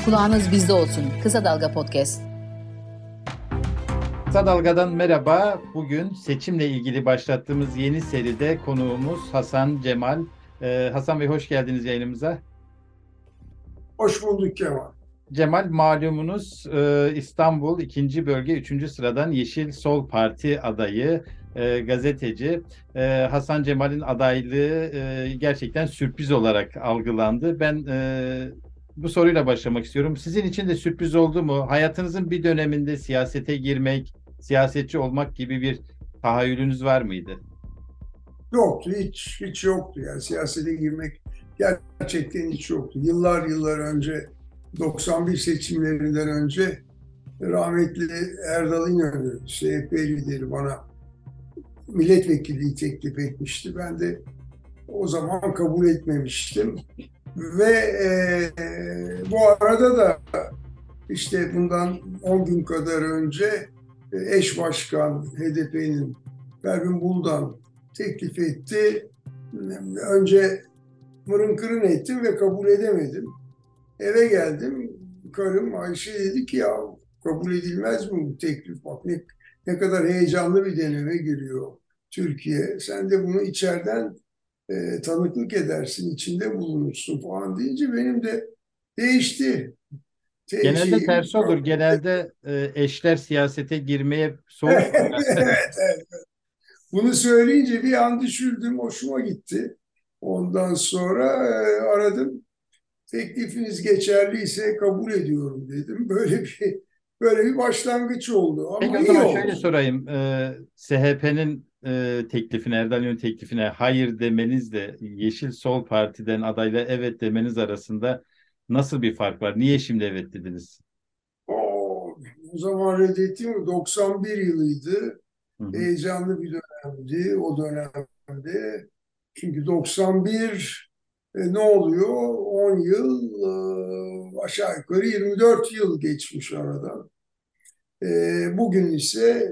Kulağınız bizde olsun. Kısa Dalga Podcast. Kısa Dalga'dan merhaba. Bugün seçimle ilgili başlattığımız yeni seride konuğumuz Hasan Cemal. Hasan Bey, hoş geldiniz yayınımıza. Hoş bulduk Kemal. Cemal, malumunuz İstanbul 2. Bölge 3. sıradan Yeşil Sol Parti adayı, gazeteci. Hasan Cemal'in adaylığı gerçekten sürpriz olarak algılandı. Ben bu soruyla başlamak istiyorum. Sizin için de sürpriz oldu mu? Hayatınızın bir döneminde siyasete girmek, siyasetçi olmak gibi bir tahayyülünüz var mıydı? Yoktu, hiç yoktu yani siyasete girmek gerçekten hiç yoktu. Yıllar önce 91 seçimlerinden önce rahmetli Erdal İnönü, CHP lideri bana milletvekilliği teklif etmişti. Ben de o zaman kabul etmemiştim. Ve bu arada da işte bundan 10 gün kadar önce eş başkan HDP'nin Pervin Buldan teklif etti. Önce mırın kırın ettim ve kabul edemedim. Eve geldim. Karım Ayşe dedi ki ya kabul edilmez mi bu teklif? Bak ne kadar heyecanlı bir döneme giriyor Türkiye. Sen de bunu içeriden tanıklık edersin, içinde bulunursun falan deyince benim de değişti. Genelde Şeyim. tersi olur. Genelde eşler siyasete girmeye soğuk bakar. Evet. Bunu söyleyince bir an düşürdüm, hoşuma gitti. Ondan sonra aradım. Teklifiniz geçerliyse kabul ediyorum dedim. Böyle bir başlangıç oldu Peki, ama o iyi zaman şöyle oldu. sorayım. SHP'nin teklifine, Erdal İnönü teklifine hayır demenizle Yeşil Sol Parti'den adayla evet demeniz arasında nasıl bir fark var? Niye şimdi evet dediniz? O zaman reddettiğim 91 yılıydı. Hı hı. Heyecanlı bir dönemdi o dönemde. Çünkü 91 ne oluyor? 10 yıl aşağı yukarı 24 yıl geçmiş aradan. Bugün ise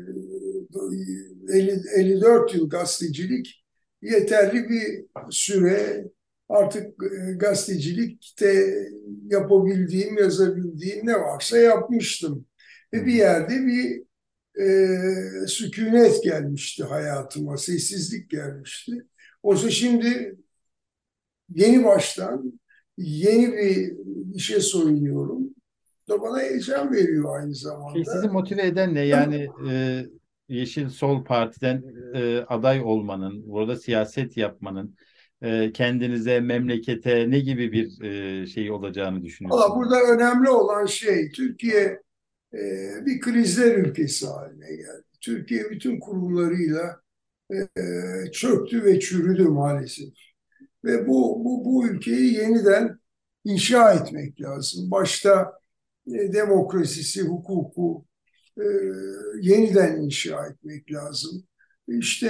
54 yıl gazetecilik yeterli bir süre. Artık gazetecilikte yapabildiğim, yazabildiğim ne varsa yapmıştım. Hı Ve bir hı. yerde bir sükunet gelmişti hayatıma, sessizlik gelmişti. Oysa şimdi yeni baştan yeni bir işe soyunuyorum. Da bana heyecan veriyor aynı Sizi zamanda. motive eden ne? Yani Yeşil Sol Parti'den aday olmanın, burada siyaset yapmanın, kendinize, memlekete ne gibi bir şey olacağını Valla düşünüyorsunuz? burada önemli olan şey Türkiye bir krizler ülkesi haline geldi. Türkiye bütün kurumlarıyla çöktü ve çürüdü maalesef. Ve bu ülkeyi yeniden inşa etmek lazım. Başta demokrasisi, hukuku e, yeniden inşa etmek lazım. İşte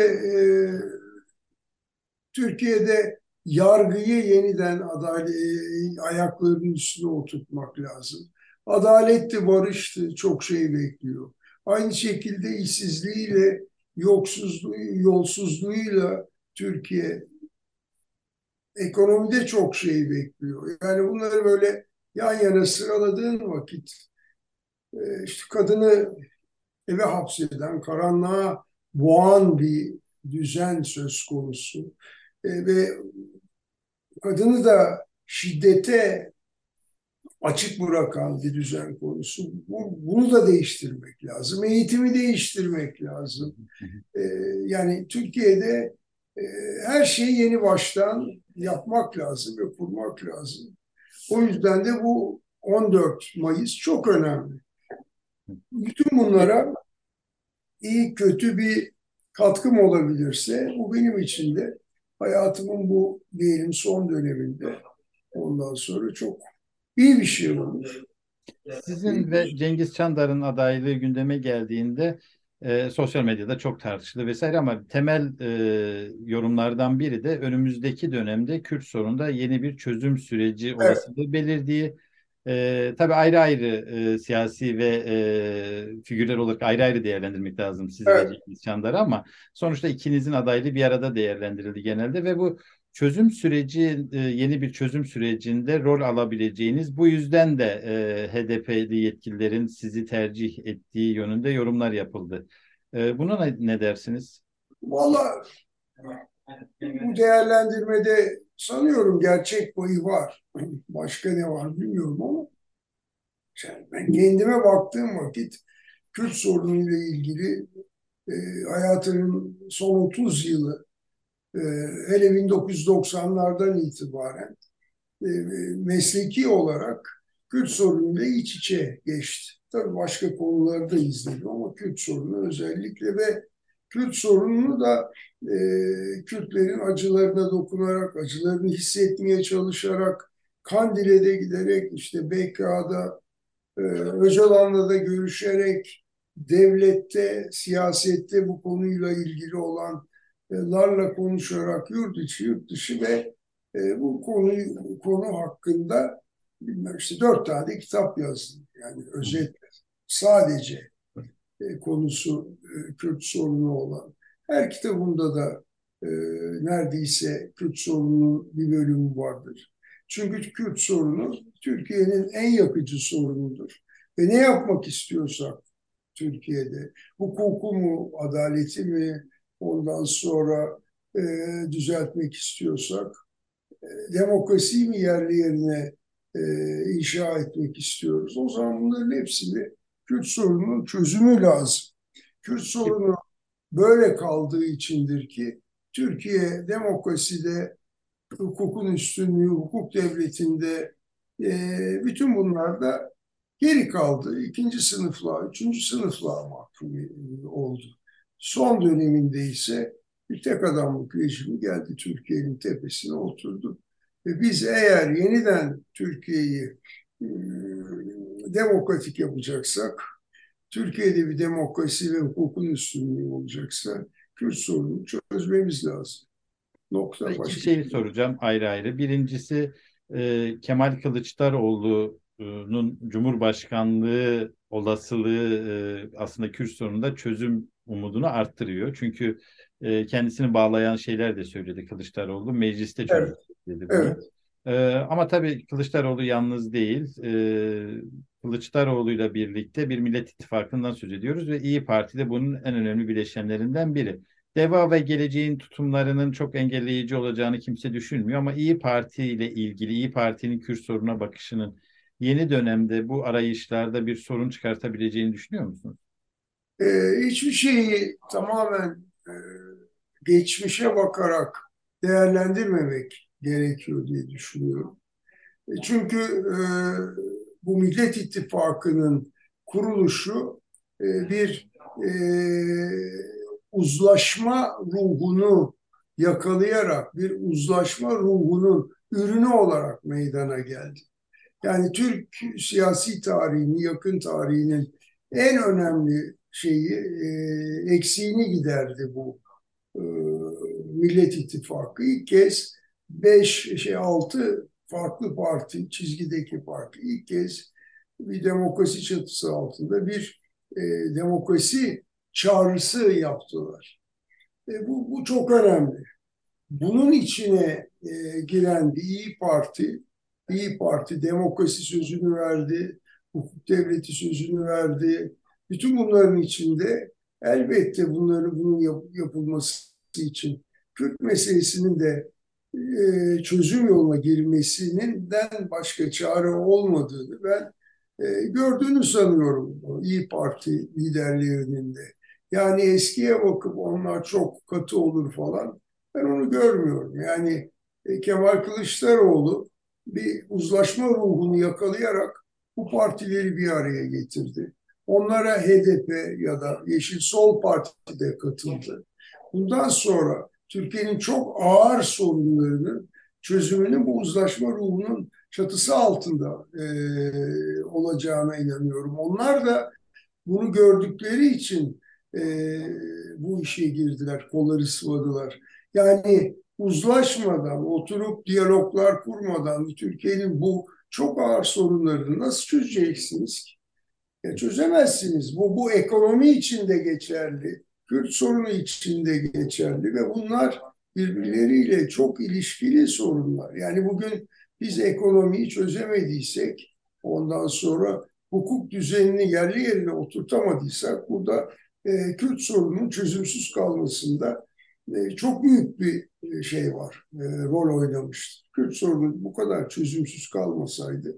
Türkiye'de yargıyı yeniden ayaklarının üstüne oturtmak lazım. Adaletti, barıştı, çok şey bekliyor. Aynı şekilde işsizliğiyle, yolsuzluğuyla Türkiye ekonomide çok şey bekliyor. Yani bunları böyle yan yana sıraladığın vakit işte kadını eve hapseden, karanlığa boğan bir düzen söz konusu. Ve kadını da şiddete açık bırakan bir düzen konusu. Bunu da değiştirmek lazım. Eğitimi değiştirmek lazım. Ee, Yani Türkiye'de e, her şeyi yeni baştan yapmak lazım ve kurmak lazım. O yüzden de bu 14 Mayıs çok önemli. Bütün bunlara iyi kötü bir katkım olabilirse bu benim için de hayatımın bu diyelim son döneminde ondan sonra çok iyi bir şey olur. Sizin ve Cengiz Çandar'ın adaylığı gündeme geldiğinde sosyal medyada çok tartışıldı vesaire, ama temel yorumlardan biri de önümüzdeki dönemde Kürt sorununda yeni bir çözüm süreci Evet, olasılığı belirdiği. Tabii ayrı ayrı siyasi ve figürler olarak ayrı ayrı değerlendirmek lazım sizi ve evet, Cengiz Çandar'ı, ama sonuçta ikinizin adaylığı bir arada değerlendirildi genelde ve bu çözüm süreci, yeni bir çözüm sürecinde rol alabileceğiniz, bu yüzden de HDP'li yetkililerin sizi tercih ettiği yönünde yorumlar yapıldı. Buna ne dersiniz? Valla bu değerlendirmede sanıyorum gerçek payı var. Başka ne var bilmiyorum ama yani ben kendime baktığım vakit Kürt sorunuyla ilgili hayatının son 30 yılı, e, hele 1990'lardan itibaren e, mesleki olarak Kürt sorunuyla iç içe geçti. Tabii başka konuları da izledim ama Kürt sorunu özellikle ve Kürt sorununu da Kürtlerin acılarına dokunarak, acılarını hissetmeye çalışarak, Kandil'e de giderek, işte BK'da, Öcalan'la da görüşerek, devlette, siyasette bu konuyla ilgili olanlarla konuşarak yurt içi, yurt dışı ve bu konu hakkında bilmem işte 4 tane kitap yazdım. Yani özet sadece konusu Kürt sorunu olan. Her kitabımda da e, neredeyse Kürt sorununun bir bölümü vardır. Çünkü Kürt sorunu Türkiye'nin en yakıcı sorunudur. Ve ne yapmak istiyorsak Türkiye'de, hukuku mu, adaleti mi, ondan sonra e, düzeltmek istiyorsak, demokrasiyi mi yerli yerine inşa etmek istiyoruz. O zaman bunların hepsini Kürt sorununun çözümü lazım. Kürt sorunu böyle kaldığı içindir ki Türkiye demokraside, hukukun üstünlüğü, hukuk devletinde bütün bunlarda geri kaldı. İkinci sınıflığa, üçüncü sınıflığa mahkum oldu. Son döneminde ise bir tek adamlık rejimi geldi Türkiye'nin tepesine oturdu. Ve biz eğer yeniden Türkiye'yi demokratik yapacaksak, Türkiye'de bir demokrasi ve hukukun üstünlüğü olacaksa Kürt sorununu çözmemiz lazım. Nokta. İki Başka şeyi bir şey. soracağım ayrı ayrı. Birincisi, Kemal Kılıçdaroğlu'nun Cumhurbaşkanlığı olasılığı aslında Kürt sorununda çözüm umudunu arttırıyor. Çünkü kendisini bağlayan şeyler de söyledi Kılıçdaroğlu. Mecliste çözüm Evet, dedi bunu. evet. Ama tabii Kılıçdaroğlu yalnız değil. Kılıçdaroğlu'yla birlikte bir Millet İttifakı'ndan söz ediyoruz ve İyi Parti de bunun en önemli bileşenlerinden biri. DEVA ve geleceğin tutumlarının çok engelleyici olacağını kimse düşünmüyor ama İyi Parti ile ilgili, İyi Parti'nin Kürt sorununa bakışının yeni dönemde bu arayışlarda bir sorun çıkartabileceğini düşünüyor musunuz? Hiçbir şeyi tamamen geçmişe bakarak değerlendirmemek gerekiyor diye düşünüyorum. Çünkü bu Millet İttifakı'nın kuruluşu bir e, uzlaşma ruhunu yakalayarak, bir uzlaşma ruhunun ürünü olarak meydana geldi. Yani Türk siyasi tarihinin, yakın tarihinin en önemli şeyi, eksiğini giderdi bu e, Millet İttifakı. İlk kez 6 farklı parti, çizgideki parti ilk kez bir demokrasi çatısı altında bir demokrasi çağrısı yaptılar. Bu çok önemli. Bunun içine giren bir İyi Parti demokrasi sözünü verdi, hukuk devleti sözünü verdi. Bütün bunların içinde elbette bunun yapılması için Kürt meselesinin de çözüm yoluna girmesinden başka çare olmadığını ben gördüğünü sanıyorum İyi Parti liderlerinin de. Yani eskiye bakıp onlar çok katı olur falan. Ben onu görmüyorum. Yani Kemal Kılıçdaroğlu bir uzlaşma ruhunu yakalayarak bu partileri bir araya getirdi. Onlara HDP ya da Yeşil Sol Parti de katıldı. Bundan sonra Türkiye'nin çok ağır sorunlarının çözümünün bu uzlaşma ruhunun çatısı altında olacağına inanıyorum. Onlar da bunu gördükleri için e, bu işe girdiler, kolları sıvadılar. Yani uzlaşmadan, oturup diyaloglar kurmadan Türkiye'nin bu çok ağır sorunlarını nasıl çözeceksiniz ki? Çözemezsiniz. Bu ekonomi için de geçerli, Kürt sorunu için de geçerli ve bunlar birbirleriyle çok ilişkili sorunlar. Yani bugün biz ekonomiyi çözemediysek, ondan sonra hukuk düzenini yerli yerine oturtamadıysak, burada Kürt sorunun çözümsüz kalmasında çok büyük bir şey var, rol oynamıştır. Kürt sorunu bu kadar çözümsüz kalmasaydı,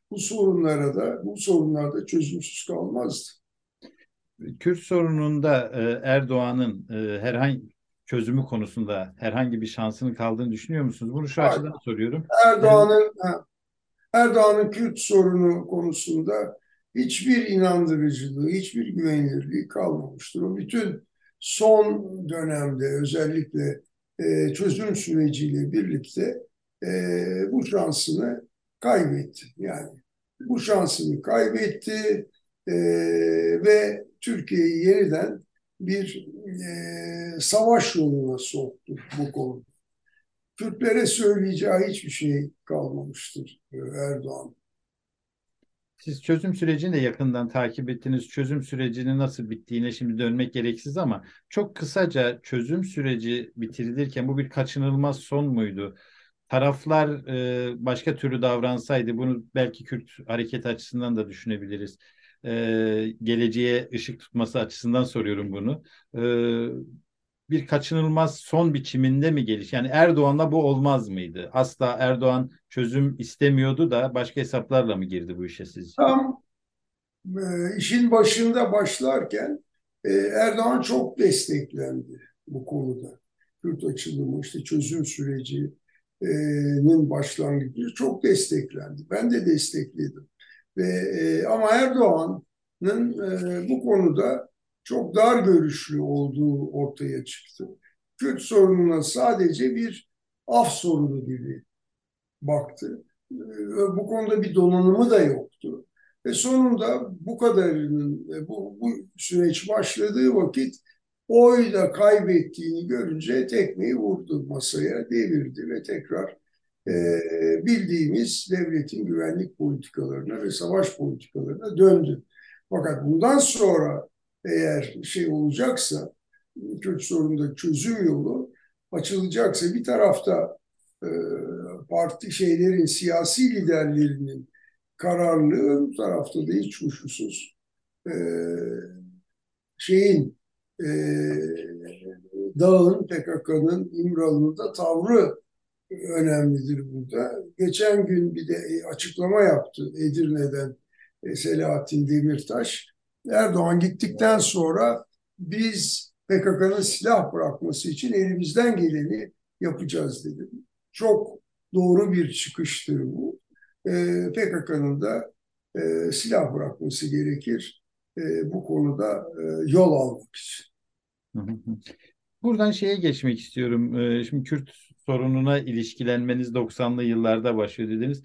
bu sorunlar da çözümsüz kalmazdı. Kürt sorununda Erdoğan'ın herhangi çözümü konusunda herhangi bir şansının kaldığını düşünüyor musunuz? Bunu şu Hayır. açıdan soruyorum. Erdoğan'ın Erdoğan'ın Kürt sorunu konusunda hiçbir inandırıcılığı, hiçbir güvenilirliği kalmamıştır. O bütün son dönemde özellikle çözüm süreciyle birlikte bu şansını kaybetti. Yani bu şansını kaybetti e, ve Türkiye'yi yeniden bir savaş yoluna soktu bu konuda. Kürtlere söyleyeceği hiçbir şey kalmamıştır Erdoğan. Siz çözüm sürecini de yakından takip ettiniz. Çözüm sürecinin nasıl bittiğine şimdi dönmek gereksiz ama çok kısaca çözüm süreci bitirilirken bu bir kaçınılmaz son muydu? Taraflar başka türlü davransaydı bunu belki Kürt hareket açısından da düşünebiliriz. Geleceğe ışık tutması açısından soruyorum bunu. Bir kaçınılmaz son biçiminde mi geliş? Yani Erdoğan'la bu olmaz mıydı? Asla Erdoğan çözüm istemiyordu da başka hesaplarla mı girdi bu işe sizce? Tam işin başında başlarken Erdoğan çok desteklendi bu konuda. Kürt açılımı, işte çözüm sürecinin başlangıcı çok desteklendi. Ben de destekledim. Ama Erdoğan'ın bu konuda çok dar görüşlü olduğu ortaya çıktı. Kürt sorununa sadece bir af sorunu gibi baktı. Bu konuda bir donanımı da yoktu. Ve sonunda bu kadarının, bu süreç başladığı vakit oy da kaybettiğini görünce tekmeyi vurdu masaya, devirdi ve tekrar e, bildiğimiz devletin güvenlik politikalarına ve savaş politikalarına döndü. Fakat bundan sonra eğer şey olacaksa, Kürt sorununda çözüm yolu açılacaksa bir tarafta e, parti şeylerin, siyasi liderlerinin kararlılığı, bu tarafta da hiç kuşkusuz e, şeyin e, Dağ'ın, PKK'nın, İmralı'nın da tavrı önemlidir burada. Geçen gün bir de açıklama yaptı Edirne'den Selahattin Demirtaş. Erdoğan gittikten sonra biz PKK'nın silah bırakması için elimizden geleni yapacağız dedi. Çok doğru bir çıkıştır bu. PKK'nın da silah bırakması gerekir bu konuda yol almak için. Buradan şeye geçmek istiyorum. Şimdi Kürt sorununa ilişkilenmeniz 90'lı yıllarda başlıyor dediniz.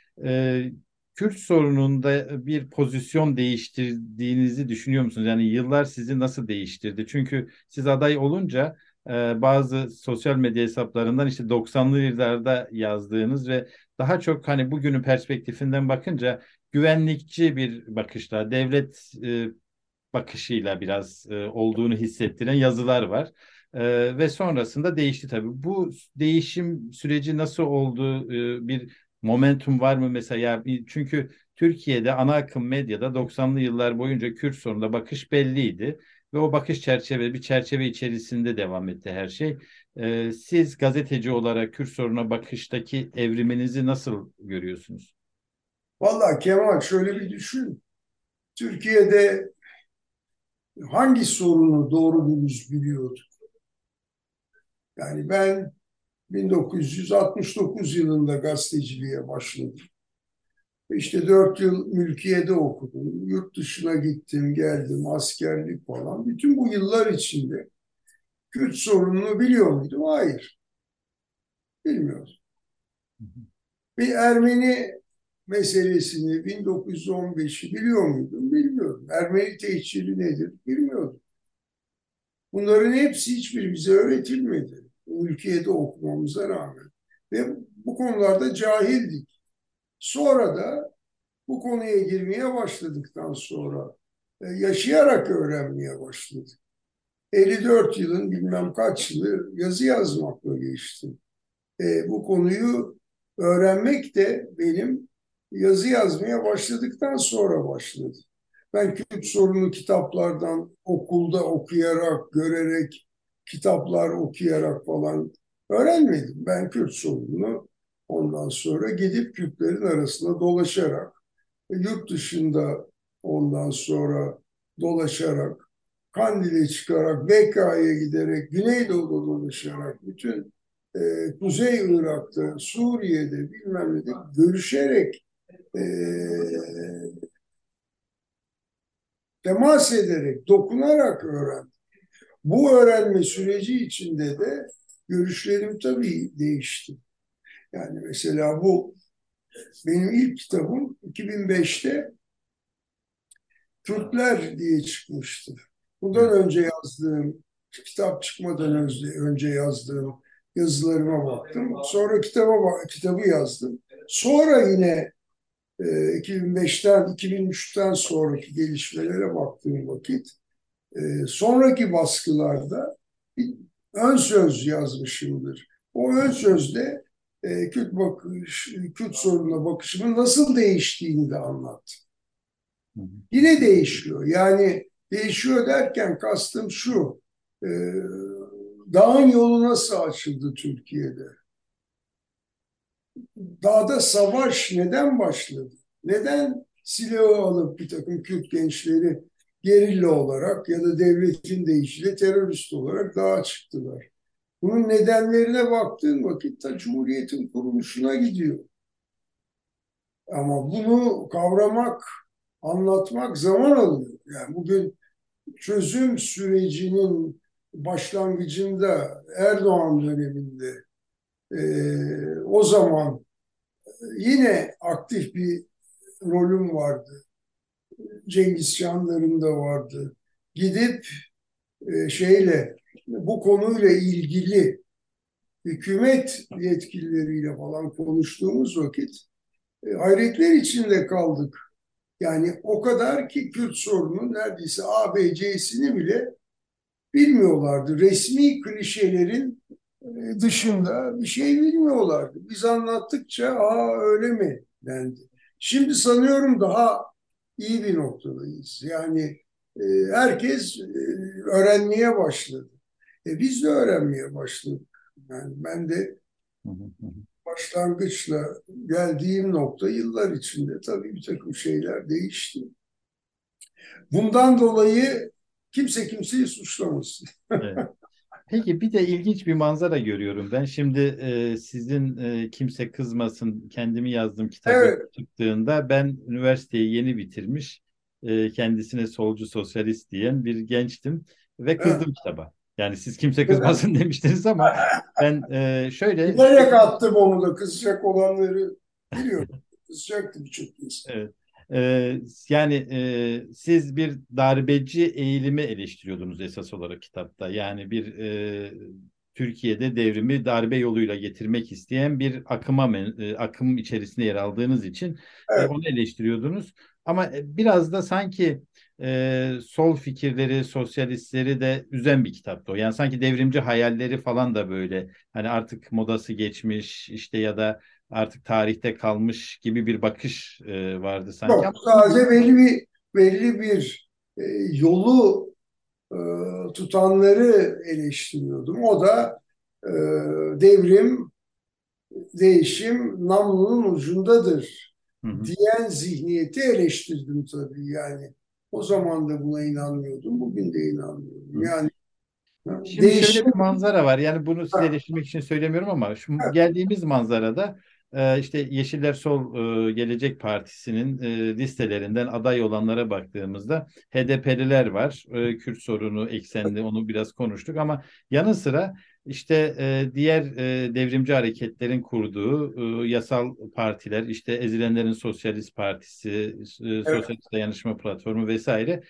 Kürt sorununda bir pozisyon değiştirdiğinizi düşünüyor musunuz? Yani yıllar sizi nasıl değiştirdi? Çünkü siz aday olunca bazı sosyal medya hesaplarından işte 90'lı yıllarda yazdığınız ve daha çok hani bugünün perspektifinden bakınca güvenlikçi bir bakışla, devlet bakışıyla biraz olduğunu hissettiren yazılar var. Ve sonrasında değişti tabii. Bu değişim süreci nasıl oldu? Bir momentum var mı mesela? Çünkü Türkiye'de ana akım medyada 90'lı yıllar boyunca Kürt sorununa bakış belliydi. Ve o bakış bir çerçeve içerisinde devam etti her şey. Siz gazeteci olarak Kürt sorununa bakıştaki evriminizi nasıl görüyorsunuz? Vallahi Kemal, şöyle bir düşün. Türkiye'de hangi sorunu doğru dürüst biliyorduk? Yani ben 1969 yılında gazeteciliğe başladım. İşte 4 yıl mülkiyede okudum. Yurt dışına gittim, geldim, askerlik falan. Bütün bu yıllar içinde Kürt sorununu biliyor muydum? Hayır, bilmiyordum. Bir Ermeni meselesini 1915'i biliyor muydum? Bilmiyorum. Ermeni tehciri nedir? Bilmiyordum. Bunların hepsi hiçbir bize öğretilmedi. Ülkede okumamıza rağmen. Ve bu konularda cahildik. Sonra da bu konuya girmeye başladıktan sonra yaşayarak öğrenmeye başladık. 54 yılın bilmem kaç yılı yazı yazmakla geçti. Bu konuyu öğrenmek de benim yazı yazmaya başladıktan sonra başladı. Ben Kürt sorunu kitaplardan, okulda okuyarak, görerek, kitaplar okuyarak falan öğrenmedim. Ben Kürt sorununu ondan sonra gidip Kürtlerin arasında dolaşarak, yurt dışında ondan sonra dolaşarak, Kandil'e çıkarak, Bekka'ya giderek, Güneydoğu'da dolaşarak, bütün Kuzey Irak'ta, Suriye'de bilmem ne de görüşerek, e, temas ederek, dokunarak öğrendim. Bu öğrenme süreci içinde de görüşlerim tabii değişti. Yani mesela bu benim ilk kitabım 2005'te Türkler diye çıkmıştı. Bundan önce yazdığım, kitap çıkmadan önce yazdığım yazılarıma baktım. Sonra kitabı yazdım. Sonra yine 2005'ten 2003'ten sonraki gelişmelere baktığım vakit sonraki baskılarda bir ön söz yazmışımdır. O ön sözde Kürt sorununa bakışımın nasıl değiştiğini de anlattım. Yine değişiyor. Yani değişiyor derken kastım şu. E, Dağın yolu nasıl açıldı Türkiye'de? Dağda savaş neden başladı? Neden silahı alıp bir takım Kürt gençleri gerilla olarak ya da devletin deyişiyle terörist olarak dağa çıktılar? Bunun nedenlerine baktığın vakit ta Cumhuriyet'in kuruluşuna gidiyor. Ama bunu kavramak, anlatmak zaman alıyor. Yani bugün çözüm sürecinin başlangıcında Erdoğan döneminde o zaman yine aktif bir rolüm vardı. Cengiz Çandar'ın da vardı. Gidip bu konuyla ilgili hükümet yetkilileriyle falan konuştuğumuz vakit hayretler içinde kaldık. Yani o kadar ki Kürt sorunun neredeyse ABC'sini bile bilmiyorlardı. Resmi klişelerin dışında bir şey bilmiyorlardı. Biz anlattıkça öyle mi dendi. Şimdi sanıyorum daha iyi bir noktadayız. Yani herkes öğrenmeye başladı. Biz de öğrenmeye başladık. Yani ben de başlangıçla geldiğim nokta yıllar içinde tabii bir takım şeyler değişti. Bundan dolayı kimse kimseyi suçlamasın. Evet. Peki bir de ilginç bir manzara görüyorum. Ben şimdi sizin Kimse Kızmasın kendimi yazdım kitabı Evet, çıktığında ben üniversiteyi yeni bitirmiş kendisine solcu sosyalist diyen bir gençtim ve evet. kızdım kitaba. Yani siz Kimse Kızmasın demiştiniz ama ben şöyle Bilerek attım onu da kızacak olanları biliyorum. Kızacaktı birçok insan. evet. Yani siz bir darbeci eğilimi eleştiriyordunuz esas olarak kitapta. Yani bir Türkiye'de devrimi darbe yoluyla getirmek isteyen bir akım içerisinde yer aldığınız için Evet, onu eleştiriyordunuz. Ama biraz da sanki sol fikirleri, sosyalistleri de üzen bir kitaptı o. Yani sanki devrimci hayalleri falan da böyle hani artık modası geçmiş işte ya da artık tarihte kalmış gibi bir bakış vardı sanki ama yok. Sadece belli bir yolu e, tutanları eleştiriyordum. O da e, devrim, değişim namlunun ucundadır hı hı. diyen zihniyeti eleştirdim tabii. Yani o zaman da buna inanmıyordum, bugün de inanmıyorum. Hı. Yani Şimdi şöyle değişim. bir manzara var. Yani bunu size eleştirmek için söylemiyorum ama şu geldiğimiz manzarada işte Yeşiller Sol Gelecek Partisi'nin listelerinden aday olanlara baktığımızda HDP'liler var. Kürt sorunu eksenli onu biraz konuştuk ama yanı sıra işte diğer devrimci hareketlerin kurduğu yasal partiler, işte Ezilenlerin Sosyalist Partisi, Evet, Sosyalist Dayanışma Platformu vesaire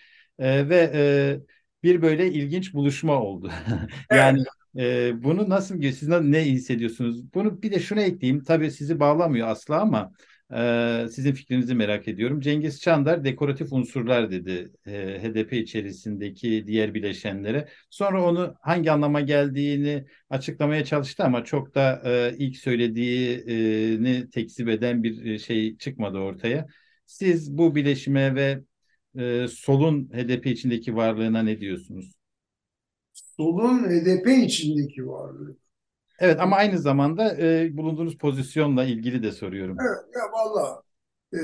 bir böyle ilginç buluşma oldu. Yani evet. bunu nasıl siz ne hissediyorsunuz? Bunu bir de şuna ekleyeyim. Tabii sizi bağlamıyor asla ama Sizin fikrinizi merak ediyorum. Cengiz Çandar dekoratif unsurlar dedi HDP içerisindeki diğer bileşenlere. Sonra onu hangi anlama geldiğini açıklamaya çalıştı ama çok da ilk söylediğini tekzip eden bir şey çıkmadı ortaya. Siz bu bileşime ve solun HDP içindeki varlığına ne diyorsunuz? Solun HDP içindeki varlığı. Evet ama aynı zamanda bulunduğunuz pozisyonla ilgili de soruyorum. Evet, ya valla e,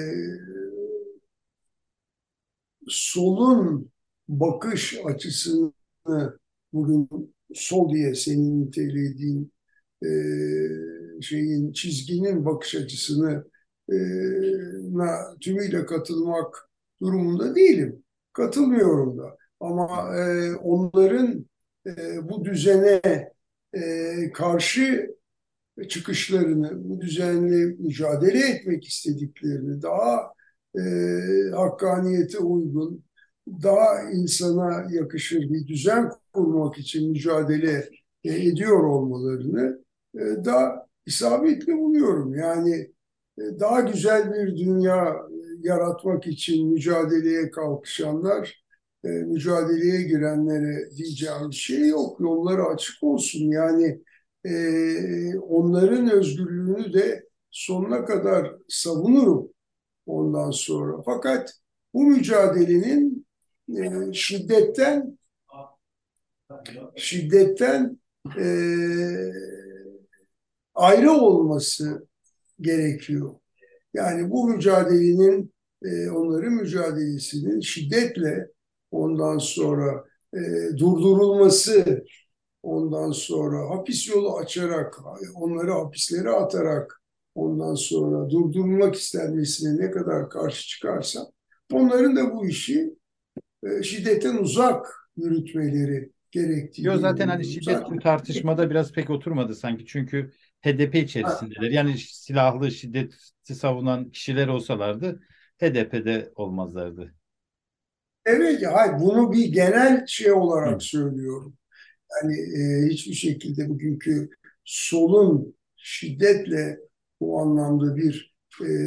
solun bakış açısını bugün sol diye senin nitelediğin çizginin bakış açısını tümüyle katılmak durumunda değilim. Katılmıyorum da. Ama onların bu düzene karşı çıkışlarını, bu düzenle mücadele etmek istediklerini daha e, hakkaniyete uygun, daha insana yakışır bir düzen kurmak için mücadele ediyor olmalarını daha isabetli buluyorum. Yani daha güzel bir dünya yaratmak için mücadeleye kalkışanlar, mücadeleye girenlere diyeceğim bir şey yok. Yolları açık olsun. Yani onların özgürlüğünü de sonuna kadar savunurum ondan sonra. Fakat bu mücadelenin şiddetten şiddetten e, ayrı olması gerekiyor. Yani bu mücadelenin onların mücadelesinin şiddetle ondan sonra e, durdurulması, ondan sonra hapis yolu açarak, onları hapislere atarak ondan sonra durdurulmak istenmesine ne kadar karşı çıkarsa onların da bu işi şiddetten uzak yürütmeleri Yo gerektiğini zaten hani inanıyorum. şiddet bu Zaten tartışmada biraz pek oturmadı sanki. Çünkü HDP ha, içerisindeler. Yani silahlı şiddeti savunan kişiler olsalardı HDP'de olmazlardı. evet ya hayır, bunu bir genel şey Hı. olarak söylüyorum. Yani hiçbir şekilde bugünkü solun şiddetle bu anlamda bir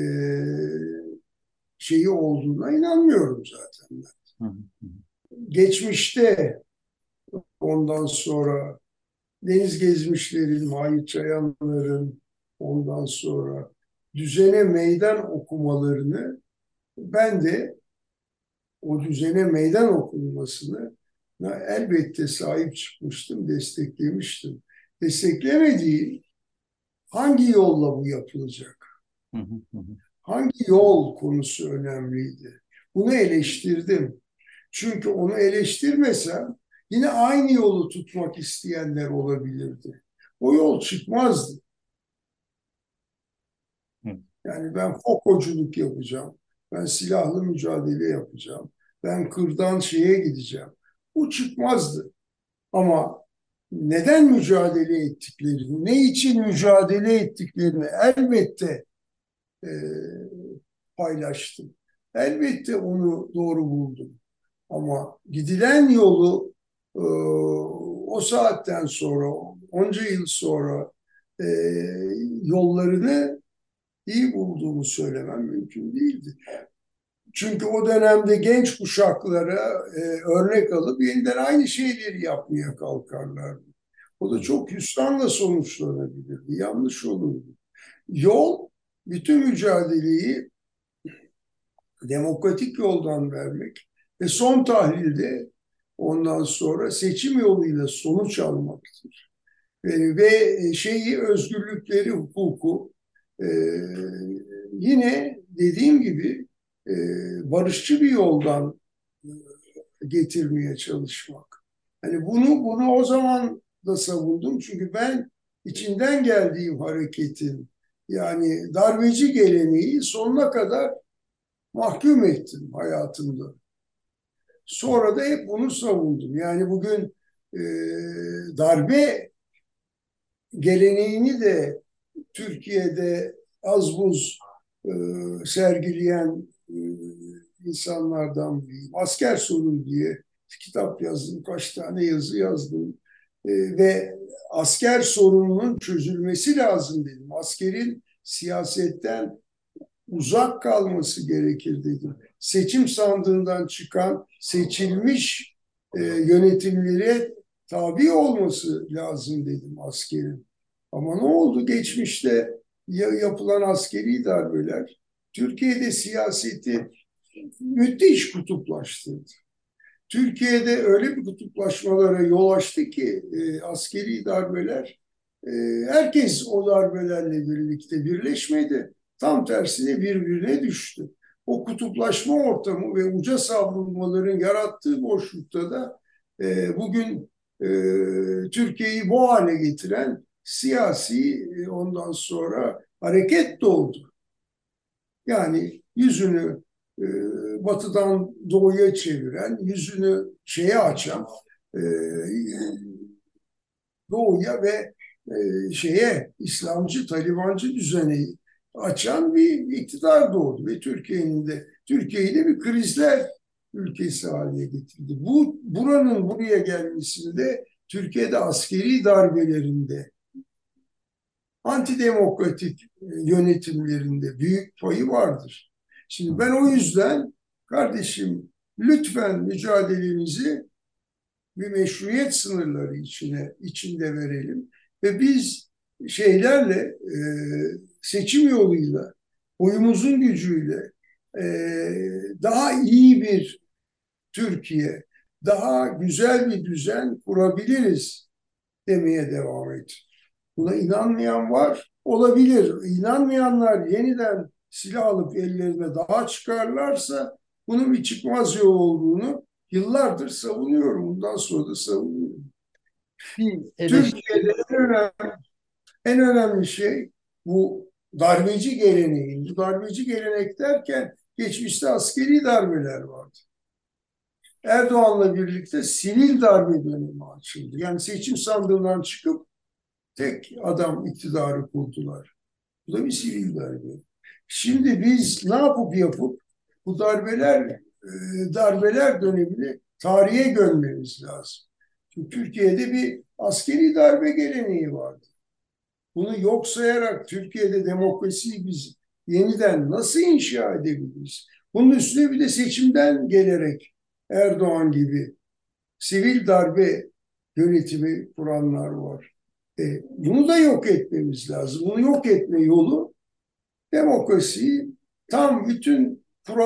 şeyi olduğuna inanmıyorum zaten. Hı hı. Geçmişte ondan sonra deniz gezmişlerin, Mahir Çayanların ondan sonra düzene meydan okumalarını ben de o düzene meydan okunmasını elbette sahip çıkmıştım, desteklemiştim. Desteklemediğim hangi yolla bu yapılacak? Hı hı hı. Hangi yol konusu önemliydi? Bunu eleştirdim. Çünkü onu eleştirmesem yine aynı yolu tutmak isteyenler olabilirdi. O yol çıkmazdı. Hı. Yani ben FOKO'culuk yapacağım. Ben silahlı mücadele yapacağım. Ben kırdan şeye gideceğim. Bu çıkmazdı. Ama neden mücadele ettiklerini, ne için mücadele ettiklerini elbette e, paylaştım. Elbette onu doğru buldum. Ama gidilen yolu o saatten sonra, onca yıl sonra e, yollarını iyi bulduğumu söylemem mümkün değildi. Çünkü o dönemde genç kuşaklara örnek alıp yeniden aynı şeyleri yapmaya kalkarlardı. O da çok hüsranla sonuçlanabilirdi, yanlış olurdu. Yol, bütün mücadeleyi demokratik yoldan vermek ve son tahlilde ondan sonra seçim yoluyla sonuç almaktır. Ve şeyi özgürlükleri, hukuku e, yine dediğim gibi e, barışçı bir yoldan getirmeye çalışmak. Hani bunu o zaman da savundum çünkü ben içinden geldiğim hareketin yani darbeci geleneği sonuna kadar mahkum ettim hayatımda. Sonra da hep bunu savundum. Yani bugün e, darbe geleneğini de Türkiye'de az buz e, sergileyen insanlardan biriyim. Asker sorunu diye kitap yazdım, kaç tane yazı yazdım. Ve asker sorununun çözülmesi lazım dedim. Askerin siyasetten uzak kalması gerekir dedim. Seçim sandığından çıkan seçilmiş yönetimlere tabi olması lazım dedim askerin. Ama ne oldu? Geçmişte yapılan askeri darbeler Türkiye'de siyaseti müthiş kutuplaştırdı. Türkiye'de öyle bir kutuplaşmalara yol açtı ki askeri darbeler, herkes o darbelerle birlikte birleşmedi. Tam tersine birbirine düştü. O kutuplaşma ortamı ve uca savrulmaların yarattığı boşlukta da bugün Türkiye'yi bu hale getiren siyasi ondan sonra hareket doğdu. Yani yüzünü e, batıdan doğuya çeviren, yüzünü şeye açan, e, doğuya ve şeye İslamcı, Talibancı düzeni açan bir iktidar doğdu ve Türkiye'yi de bir krizler ülkesi haline getirdi. Buranın buraya gelmesinde Türkiye'de askeri darbelerinde, antidemokratik yönetimlerinde büyük payı vardır. Şimdi ben o yüzden kardeşim lütfen mücadelemizi bir meşruiyet sınırları içinde verelim ve biz seçim yoluyla, oyumuzun gücüyle daha iyi bir Türkiye, daha güzel bir düzen kurabiliriz demeye devam et. Buna inanmayan var, olabilir. İnanmayanlar yeniden silah alıp ellerine daha çıkarlarsa bunun bir çıkmaz yol olduğunu yıllardır savunuyorum. Bundan sonra da savunuyorum. Türkiye'de en önemli şey bu darbeci geleneğin. Bu darbeci gelenek derken geçmişte askeri darbeler vardı. Erdoğan'la birlikte sivil darbe dönemi açıldı. Yani seçim sandığından çıkıp tek adam iktidarı kurdular. Bu da bir sivil darbe. Şimdi biz ne yapıp bu darbeler dönemini tarihe gömmemiz lazım. Çünkü Türkiye'de bir askeri darbe geleneği vardı. Bunu yok sayarak Türkiye'de demokrasiyi biz yeniden nasıl inşa edebiliriz? Bunun üstüne bir de seçimden gelerek Erdoğan gibi sivil darbe yönetimi kuranlar var. Bunu da yok etmemiz lazım. Bunu yok etme yolu demokrasiyi tam bütün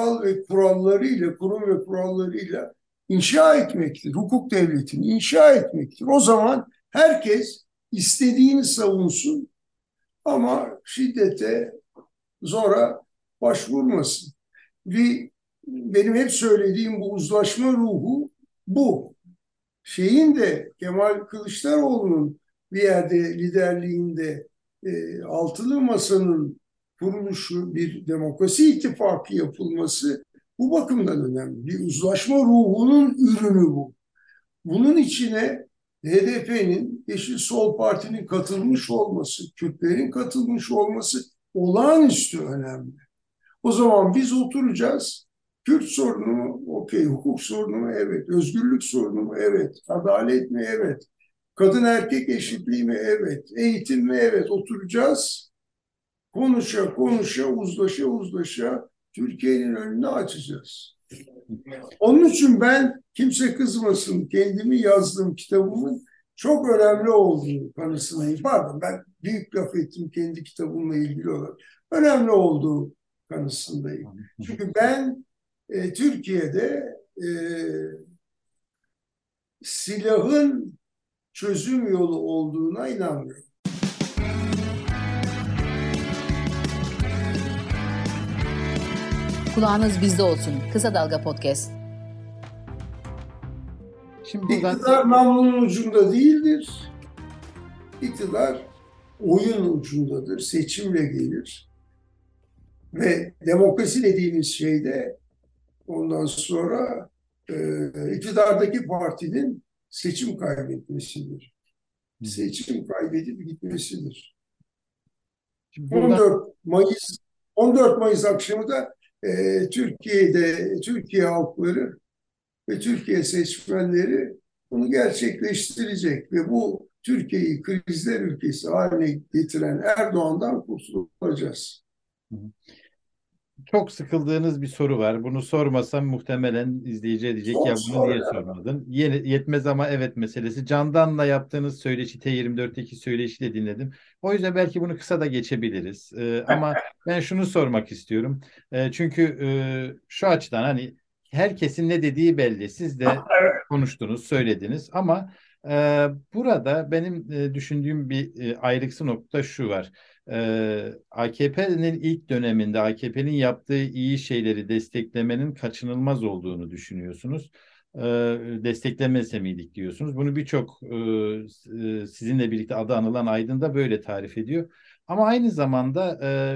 kurum ve kurallarıyla inşa etmektir. Hukuk devletini inşa etmektir. O zaman herkes istediğini savunsun ama şiddete, zora başvurmasın. Benim hep söylediğim bu uzlaşma ruhu bu. Kemal Kılıçdaroğlu'nun bir yerde liderliğinde altılı masanın kuruluşu, bir demokrasi ittifakı yapılması bu bakımdan önemli. Bir uzlaşma ruhunun ürünü bu. Bunun içine HDP'nin, Yeşil Sol Parti'nin katılmış olması, Kürtlerin katılmış olması olağanüstü önemli. O zaman biz oturacağız. Kürt sorunu mu? Okey. Hukuk sorunu mu? Evet. Özgürlük sorunu mu? Evet. Adalet mi? Evet. Kadın erkek eşitliği mi? Evet. Eğitim mi? Evet. Oturacağız. Konuşa konuşa, uzlaşa Türkiye'nin önünü açacağız. Onun için ben kimse kızmasın kendimi yazdığım kitabımın çok önemli olduğu kanısındayım. Pardon ben büyük laf ettim kendi kitabımla ilgili olarak. Önemli olduğu kanısındayım. Çünkü ben Türkiye'de silahın çözüm yolu olduğuna inanmıyorum. Kulağınız bizde olsun. Kısa Dalga Podcast. Şimdi İktidar namlunun ucunda değildir. İktidar oyun ucundadır. Seçimle gelir. Ve demokrasi dediğimiz şeyde ondan sonra iktidardaki partinin seçim kaybetmesidir. Seçim kaybedip gitmesidir. 14 Mayıs akşamı da Türkiye halkları ve Türkiye seçmenleri bunu gerçekleştirecek ve bu Türkiye'yi krizler ülkesi haline getiren Erdoğan'dan kurtulacağız. çok sıkıldığınız bir soru var. Bunu sormasam muhtemelen izleyici diyecek ya bunu Sor niye ya. sormadın? Yetmez ama evet meselesi. Candan'la yaptığınız söyleşi T24'teki söyleşi de dinledim. O yüzden belki bunu kısa da geçebiliriz. Ama ben şunu sormak istiyorum. Çünkü şu açıdan hani herkesin ne dediği belli. Siz de Evet. konuştunuz, söylediniz ama burada benim düşündüğüm bir ayrıksı nokta şu var. AKP'nin ilk döneminde AKP'nin yaptığı iyi şeyleri desteklemenin kaçınılmaz olduğunu düşünüyorsunuz. Ee, Desteklemese miydik diyorsunuz. Bunu birçok sizinle birlikte adı anılan aydın da böyle tarif ediyor. Ama aynı zamanda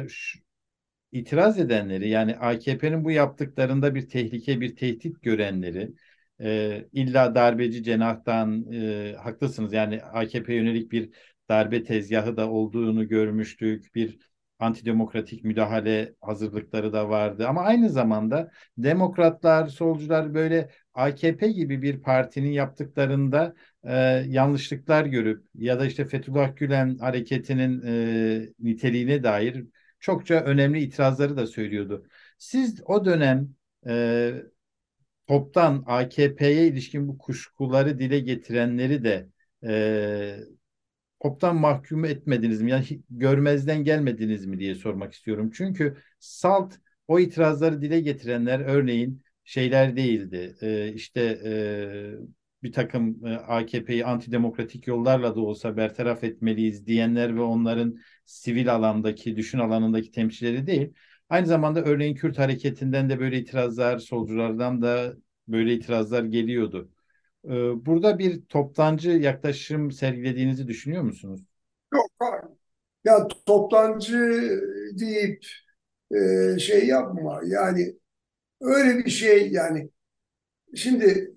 itiraz edenleri yani AKP'nin bu yaptıklarında bir tehlike, bir tehdit görenleri illa darbeci cenahtan haklısınız. Yani AKP yönelik bir darbe tezgahı da olduğunu görmüştük. Bir antidemokratik müdahale hazırlıkları da vardı. Ama aynı zamanda demokratlar, solcular böyle AKP gibi bir partinin yaptıklarında yanlışlıklar görüp ya da işte Fethullah Gülen hareketinin niteliğine dair çokça önemli itirazları da söylüyordu. Siz o dönem e, toptan AKP'ye ilişkin bu kuşkuları dile getirenleri de e, toptan mahkum etmediniz mi? Yani görmezden gelmediniz mi diye sormak istiyorum. Çünkü salt o itirazları dile getirenler örneğin şeyler değildi. İşte bir takım AKP'yi antidemokratik yollarla da olsa bertaraf etmeliyiz diyenler ve onların sivil alandaki, düşün alanındaki temsilcileri değil. Aynı zamanda örneğin Kürt hareketinden de böyle itirazlar, solculardan da böyle itirazlar geliyordu. Burada bir toptancı yaklaşım sergilediğinizi düşünüyor musunuz? Yok, hayır. Ya toptancı deyip şey yapma. Yani öyle bir şey yani. Şimdi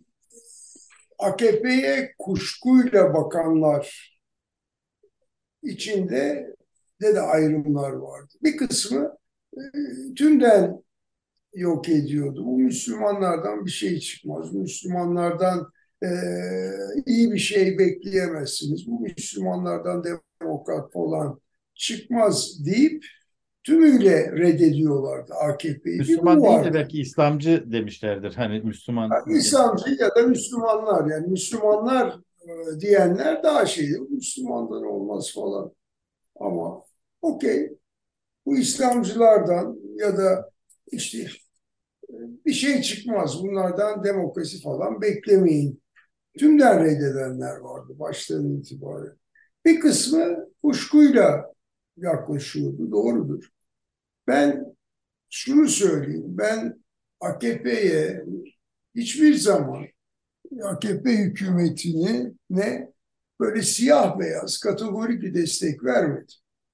AKP'ye kuşkuyla bakanlar içinde de ayrımlar vardı. Bir kısmı e, tümden yok ediyordu. Bu Müslümanlardan bir şey çıkmaz. Müslümanlardan e, iyi bir şey bekleyemezsiniz. Bu Müslümanlardan demokrat falan çıkmaz deyip tümüyle reddediyorlardı AKP'yi. Bir Müslüman bu değil de vardı. belki İslamcı demişlerdir. Hani Müslüman Yani İslamcı ya da Müslümanlar yani Müslümanlar diyenler daha şey Müslümandan olmaz falan. Ama okey bu İslamcılardan ya da işte bir şey çıkmaz. Bunlardan demokrasi falan beklemeyin. Tümden reddedenler vardı baştan itibaren. Bir kısmı kuşkuyla yaklaşıyordu. Doğrudur. Ben şunu söyleyeyim. Ben AKP'ye hiçbir zaman AKP hükümetini ne böyle siyah beyaz kategorik bir destek vermedim.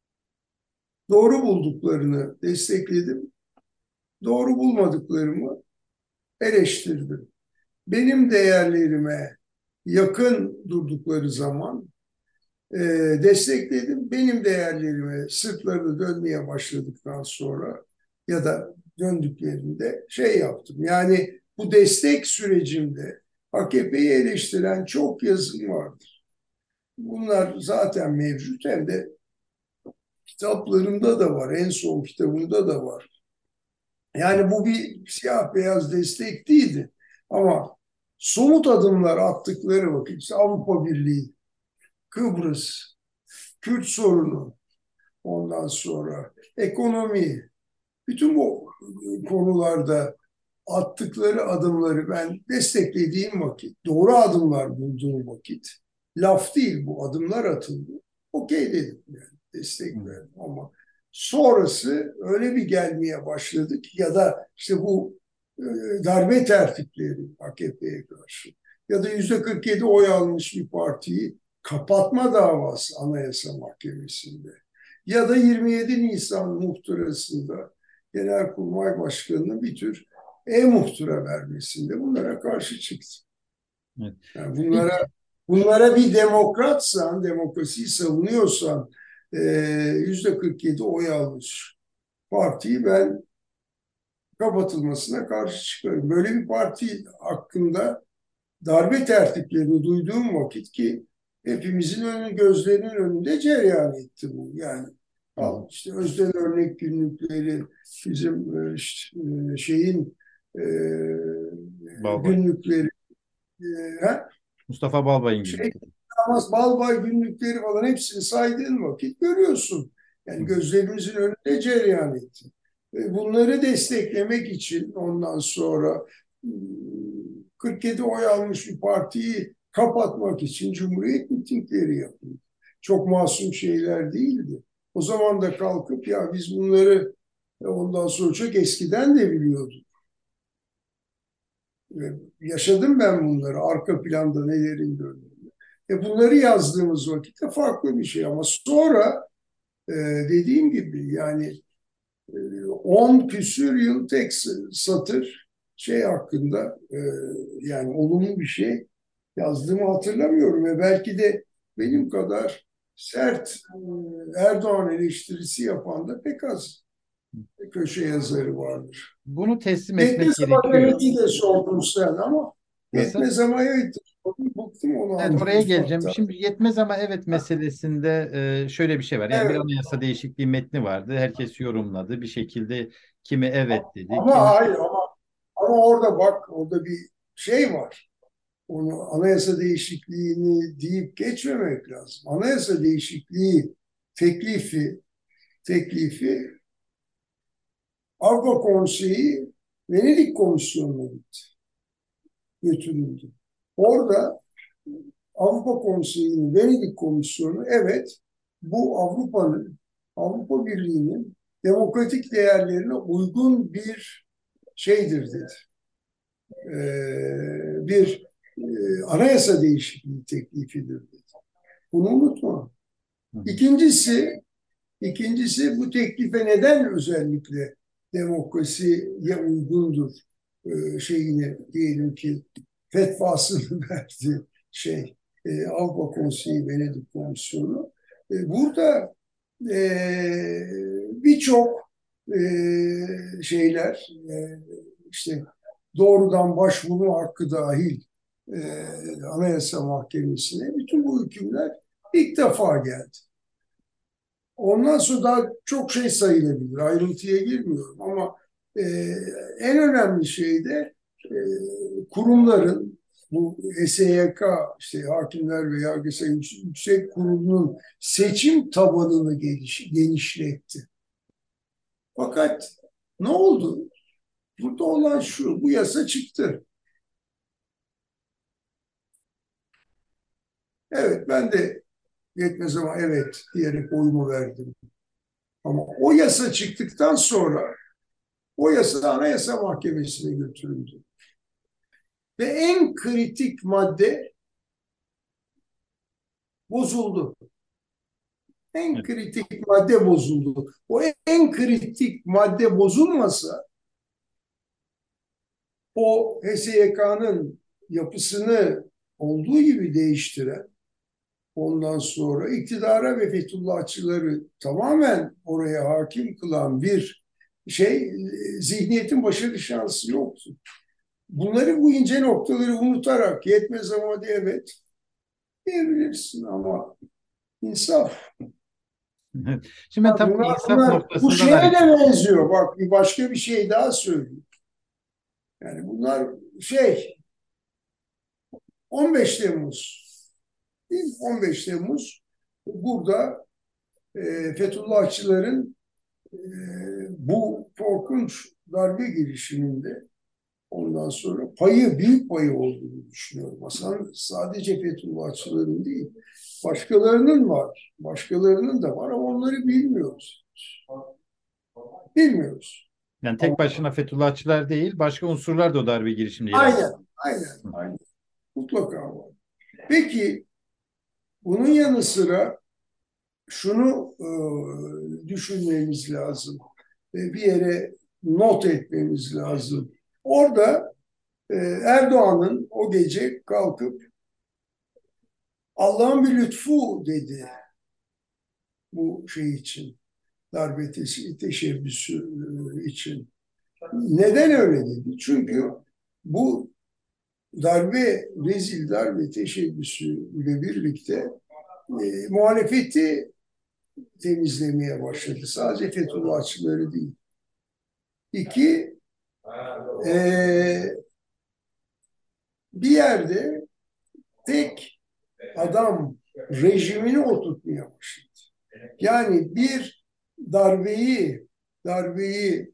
Doğru bulduklarını destekledim. Doğru bulmadıklarımı eleştirdim. Benim değerlerime yakın durdukları zaman e, destekledim. Benim değerlerime sırtlarını dönmeye başladıktan sonra ya da döndüklerinde şey yaptım. Yani bu destek sürecimde AKP'yi eleştiren çok yazım vardır. Bunlar zaten mevcut hem de kitaplarımda da var. En son kitabımda da var. Yani bu bir siyah beyaz destek değildi. Ama somut adımlar attıkları vakit işte Avrupa Birliği, Kıbrıs, Kürt sorunu, ondan sonra ekonomi, bütün bu konularda attıkları adımları ben desteklediğim vakit, doğru adımlar bulduğum vakit, laf değil bu adımlar atıldı. Okey dedim yani destek verdim ama sonrası öyle bir gelmeye başladık ya da işte bu e, darbe tertipleri AKP'ye karşı ya da %47 oy almış bir partiyi kapatma davası Anayasa Mahkemesi'nde ya da 27 Nisan muhtırasında Genelkurmay Başkanı'nın bir tür e-muhtıra vermesinde bunlara karşı çıktı. Evet. Yani Peki, bunlara bir demokratsan, demokrasiyi savunuyorsan %47 oy almış partiyi ben kapatılmasına karşı çıkarım. Böyle bir parti hakkında darbe tertiplerini duyduğum vakit ki hepimizin gözlerinin önünde cereyan etti bu. Yani Al işte özel örnek günlükleri, bizim işte, şeyin e, Balbay. günlükleri, e, ha? Mustafa Balbay'ın Şey, günlükleri. ama Balbay günlükleri falan hepsini saydığın vakit görüyorsun. Yani gözlerimizin önünde cereyan etti. Bunları desteklemek için ondan sonra 47 oy almış bir partiyi kapatmak için Cumhuriyet mitingleri yapıldı. Çok masum şeyler değildi. O zaman da kalkıp ya biz bunları ondan sonra çok eskiden de biliyorduk. Yaşadım ben bunları arka planda nelerin gördüğümü. Bunları yazdığımız vakitte farklı bir şey ama sonra dediğim gibi yani 10 küsür yıl tek satır şey hakkında yani olumlu bir şey yazdığımı hatırlamıyorum ve belki de benim kadar sert Erdoğan eleştirisi yapan da pek az köşe yazarı vardır. Bunu teslim etmek Yetmez ama gerekiyor. Evet'i de sordum sen ama Nasıl? yetmez ama Evet'i sordum. Bıktım onu Evet, oraya geleceğim. anlatmaktan. Şimdi yetmez ama evet meselesinde şöyle bir şey var. Yani bir Evet anayasa değişikliği metni vardı. Herkes yorumladı. Bir şekilde kimi evet dedi, ama kimi hayır ama orada bak orada bir şey var. Onu anayasa değişikliğini deyip geçmemek lazım. Anayasa değişikliği teklifi Avrupa Konseyi Venedik Komisyonu'na gitti, götürüldü. Orada Avrupa Konseyi'nin Venedik Komisyonu evet bu Avrupa Birliği'nin demokratik değerlerine uygun bir şeydir dedi. Bir anayasa değişikliği teklifidir dedi. Bunu unutma. Hı hı. İkincisi bu teklife neden özellikle demokrasiye uygundur şeyini diyelim ki fetvasını verdi Avrupa Konseyi Venedik Komisyonu. Burada e, birçok e, şeyler işte doğrudan başvuru hakkı dahil e, Anayasa Mahkemesi'ne bütün bu hükümler ilk defa geldi. Ondan sonra daha çok şey sayılabilir. Ayrıntıya girmiyorum ama e, en önemli şey de e, kurumların bu HSYK işte Hakimler ve Yargıtay Yüksek Kurulu'nun seçim tabanını genişletti. Fakat ne oldu? Burada olan şu, bu yasa çıktı. Evet ben de yetmez ama evet diyerek oyumu verdim. Ama o yasa çıktıktan sonra o yasa Anayasa Mahkemesi'ne götürüldü. Ve en kritik madde bozuldu. En Evet. kritik madde bozuldu. O en kritik madde bozulmasa o HSYK'nın yapısını olduğu gibi değiştiren ondan sonra iktidara ve Fethullahçıları tamamen oraya hakim kılan bir zihniyetin başarı şansı yoktu. Bunları bu ince noktaları unutarak yetmez ama de evet diyebilirsin ama insaf. Şimdi ben tam insaf Bu noktasından şeye de hareket. benziyor. Bak bir başka bir şey daha söyleyeyim. Yani bunlar 15 Temmuz. Değil mi? 15 Temmuz burada Fethullahçıların e, bu korkunç darbe girişiminde ondan sonra büyük payı olduğunu düşünüyorum. Aslında sadece Fethullahçıların değil, başkalarının var. Başkalarının da var ama onları bilmiyoruz. Bilmiyoruz. Yani Ama tek başına Fethullahçılar değil, başka unsurlar da o darbe girişiminde yer aldı. aynen. Mutlaka var. Peki bunun yanı sıra şunu düşünmemiz lazım. Bir yere not etmemiz lazım. Orada Erdoğan'ın o gece kalkıp Allah'ın bir lütfu dedi bu şey için, darbe teşebbüsü için. Neden öyle dedi? Çünkü bu rezil darbe teşebbüsü ile birlikte muhalefeti temizlemeye başladı. Sadece Fethullahçıları değil. İki, bir yerde tek adam rejimini oturtmaya başladı. Yani bir darbeyi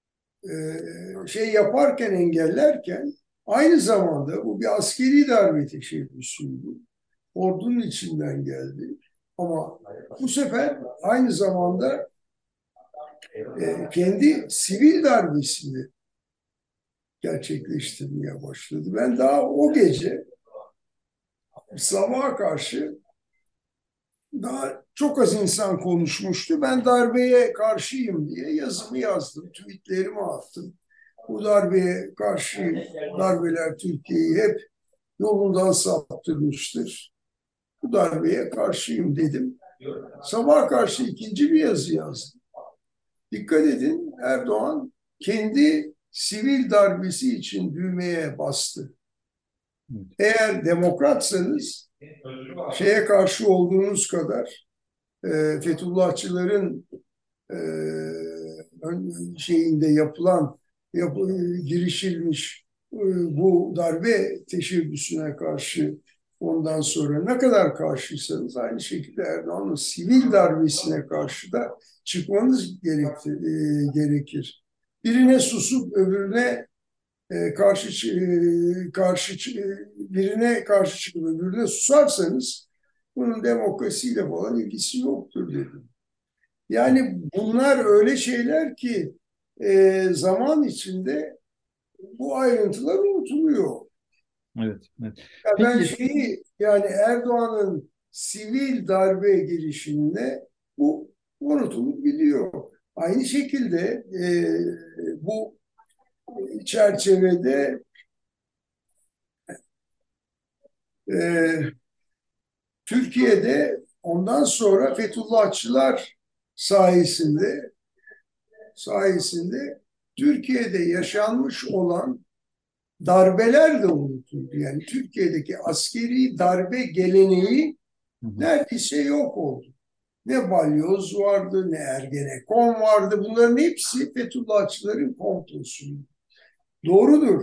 yaparken, engellerken aynı zamanda bu bir askeri darbe teşebbüsüydü. Ordunun içinden geldi. Ama bu sefer aynı zamanda kendi sivil darbesini gerçekleştirmeye başladı. Ben daha o gece sabaha karşı daha çok az insan konuşmuştu. Ben darbeye karşıyım diye yazımı yazdım, tweetlerimi attım. Bu darbeye karşıyım, darbeler Türkiye'yi hep yolundan saptırmıştır. Bu darbeye karşıyım dedim. Sabaha karşı ikinci bir yazı yazdım. Dikkat edin, Erdoğan kendi sivil darbesi için düğmeye bastı. Eğer demokratsanız şeye karşı olduğunuz kadar Fethullahçıların şeyinde girişilmiş bu darbe teşebbüsüne karşı ondan sonra ne kadar karşıysanız aynı şekilde Erdoğan'ın sivil darbesine karşı da çıkmanız gerekir. Birine susup öbürüne birine karşı çıkıp öbürüne susarsanız bunun demokrasiyle falan ilgisi yoktur dedim. Yani bunlar öyle şeyler ki zaman içinde bu ayrıntılar unutuluyor. Evet, evet. Ya ben Peki, yani Erdoğan'ın sivil darbe girişiminde bu unutulup gidiyor. Aynı şekilde bu çerçevede e, Türkiye'de ondan sonra Fethullahçılar sayesinde Türkiye'de yaşanmış olan darbeler de unutuldu. Yani Türkiye'deki askeri darbe geleneği neredeyse yok oldu. Ne balyoz vardı, ne Ergenekon vardı. Bunların hepsi Fethullahçıların komplosuydu. Doğrudur.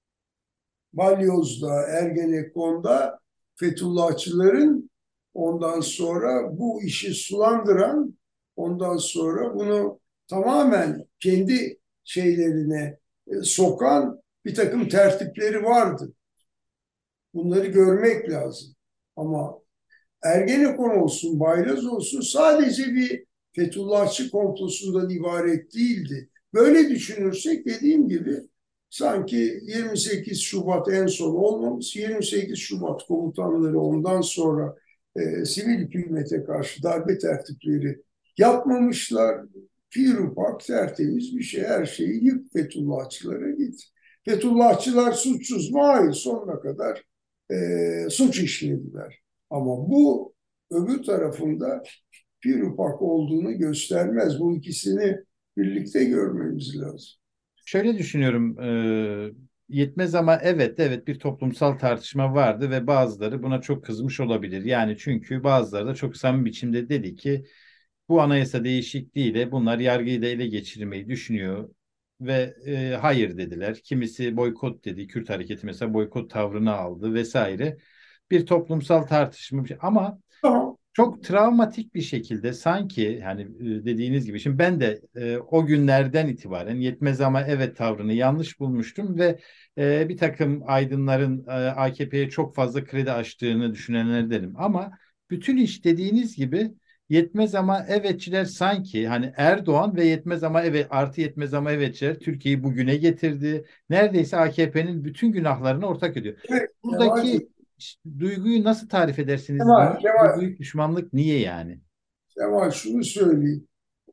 Balyoz'da, Ergenekon'da Fethullahçıların ondan sonra bu işi sulandıran, ondan sonra bunu tamamen kendi şeylerine sokan bir takım tertipleri vardı. Bunları görmek lazım. Ama Ergenekon olsun, Balyoz'da olsun sadece bir Fethullahçı komplosundan ibaret değildi. Böyle düşünürsek dediğim gibi sanki 28 Şubat en son olmamış, 28 Şubat komutanları ondan sonra sivil hükümete karşı darbe tertipleri yapmamışlar. Pir ufak tertemiz bir şey, her şeyi yık Fethullahçılara git. Fethullahçılar suçsuz mu? Hayır, sonuna kadar suç işlediler. Ama bu öbür tarafında pir ufak olduğunu göstermez. Bu ikisini birlikte görmemiz lazım. şöyle düşünüyorum. Yetmez ama evet bir toplumsal tartışma vardı ve bazıları buna çok kızmış olabilir. Yani çünkü bazıları da çok samimi biçimde dedi ki bu anayasa değişikliğiyle bunlar yargıyı da ele geçirmeyi düşünüyor ve hayır dediler. Kimisi boykot dedi. Kürt hareketi mesela boykot tavrını aldı vesaire. Bir toplumsal tartışma ama Tamam. çok travmatik bir şekilde sanki hani dediğiniz gibi şimdi ben de o günlerden itibaren yetmez ama evet tavrını yanlış bulmuştum ve bir takım aydınların AKP'ye çok fazla kredi açtığını düşünenlerdenim. Ama bütün iş dediğiniz gibi yetmez ama evetçiler sanki hani Erdoğan ve yetmez ama evet artı yetmez ama evetçiler Türkiye'yi bugüne getirdi. Neredeyse AKP'nin bütün günahlarını ortak ediyor. Evet, Buradaki duyguyu nasıl tarif edersiniz? Kemal, Bu Kemal, büyük düşmanlık niye yani? Kemal şunu söyleyeyim.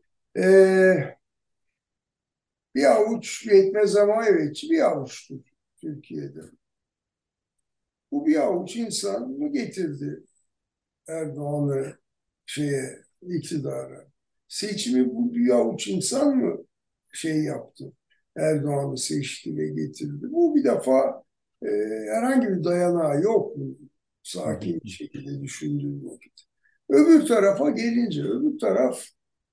Bir avuç yetmez ama evetçi bir avuçtur Türkiye'de. Bu bir avuç insan mı getirdi Erdoğan'ı iktidara? Seçimi bu bir avuç insan mı yaptı? Erdoğan'ı seçti ve getirdi. Bu bir defa herhangi bir dayanağı yok mu? Hı hı. Sakin bir şekilde düşündüğüm vakit. Öbür tarafa gelince, öbür taraf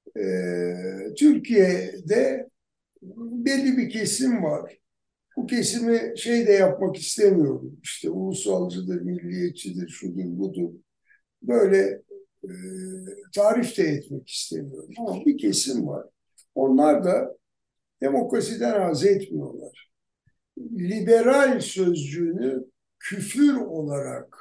Türkiye'de belli bir kesim var. Bu kesimi şey de yapmak istemiyorum. İşte ulusalcıdır, milliyetçidir, şudur, budur. Böyle e, tarif de etmek istemiyorum. Ama bir kesim var. Onlar da demokrasiden haz etmiyorlar. Liberal sözcüğünü küfür olarak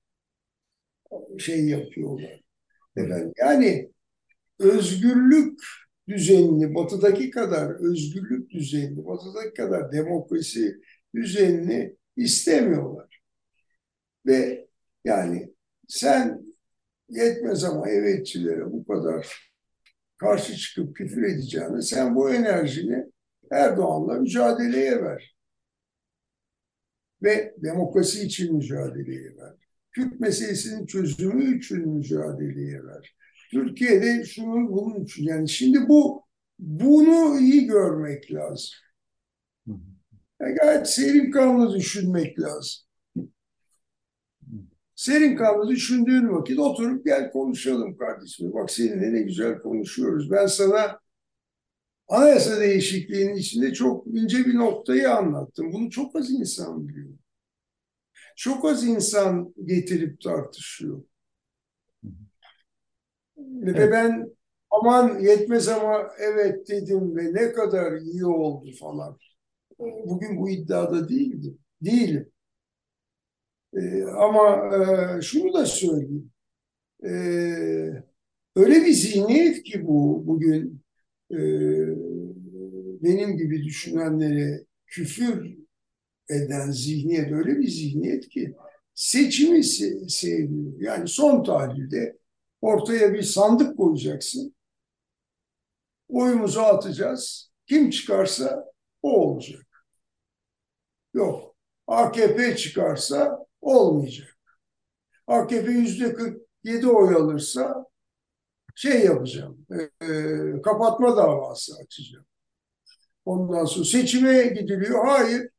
şey yapıyorlar. Efendim, yani özgürlük düzenini, batıdaki kadar özgürlük düzenini, batıdaki kadar demokrasi düzenini istemiyorlar. Ve yani sen yetmez ama evetçilere bu kadar karşı çıkıp küfür edeceğine sen bu enerjini Erdoğan'la mücadeleye ver. Ve demokrasi için mücadeleye ver. Kürt meselesinin çözümü için mücadeleye ver. Türkiye'de şunun bunun için. Yani şimdi bunu iyi görmek lazım. Yani gayet serin kanlı düşünmek lazım. Serin kanlı düşündüğün vakit oturup gel konuşalım kardeşim. Bak seninle ne güzel konuşuyoruz. Ben sana anayasa değişikliğinin içinde çok ince bir noktayı anlattım. Bunu çok az insan biliyor. Çok az insan getirip tartışıyor. Ve Evet. ben aman yetmez ama evet dedim ve ne kadar iyi oldu falan. Bugün bu iddiada değildim. Değilim. Ama şunu da söyleyeyim. E, Öyle bir zihniyet ki bu bugün e, benim gibi düşünenlere küfür eden zihniyet öyle bir zihniyet ki seçimi sevmiyor. Yani son tahlilde ortaya bir sandık koyacaksın. Oyumuzu atacağız. Kim çıkarsa o olacak. Yok. AKP çıkarsa olmayacak. AKP %47 oy alırsa şey yapacağım. Kapatma davası açacağım. Ondan sonra seçime gidiliyor. Hayır.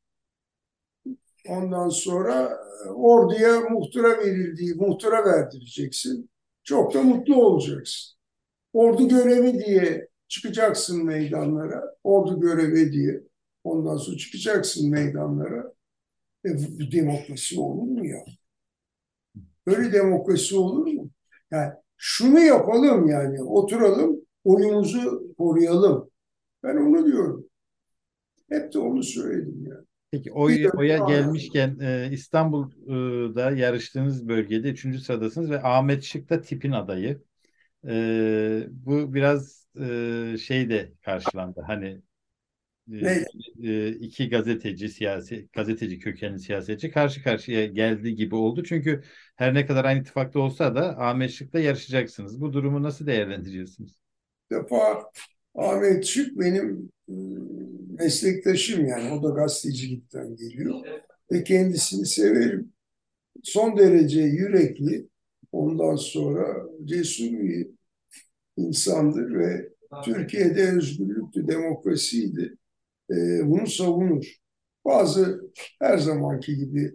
Ondan sonra orduya muhtıra verdireceksin. Çok da mutlu olacaksın. Ordu görevi diye çıkacaksın meydanlara. Ordu görevi diye. Ondan sonra çıkacaksın meydanlara. Bu demokrasi olur mu ya? Böyle demokrasi olur mu? Yani şunu yapalım yani oturalım oyumuzu koruyalım. Ben onu diyorum. Hep de onu söyledim yani. Peki Bir de oya gelmişken İstanbul'da yarıştığınız bölgede üçüncü sıradasınız ve Ahmet Şık da tipin adayı. Bu biraz şey de karşılandı. Hani e, ne? iki gazeteci kökenli siyasetçi karşı karşıya geldi gibi oldu. Çünkü her ne kadar aynı ittifakta olsa da Ahmet Şık'la yarışacaksınız. Bu durumu nasıl değerlendiriyorsunuz? Defa Ahmet Şık benim meslektaşım yani o da gazetecilikten geliyor ve kendisini severim. Son derece yürekli, ondan sonra cesur bir insandır ve Türkiye'de özgürlüktü, demokrasiydi. Bunu savunur. Bazı her zamanki gibi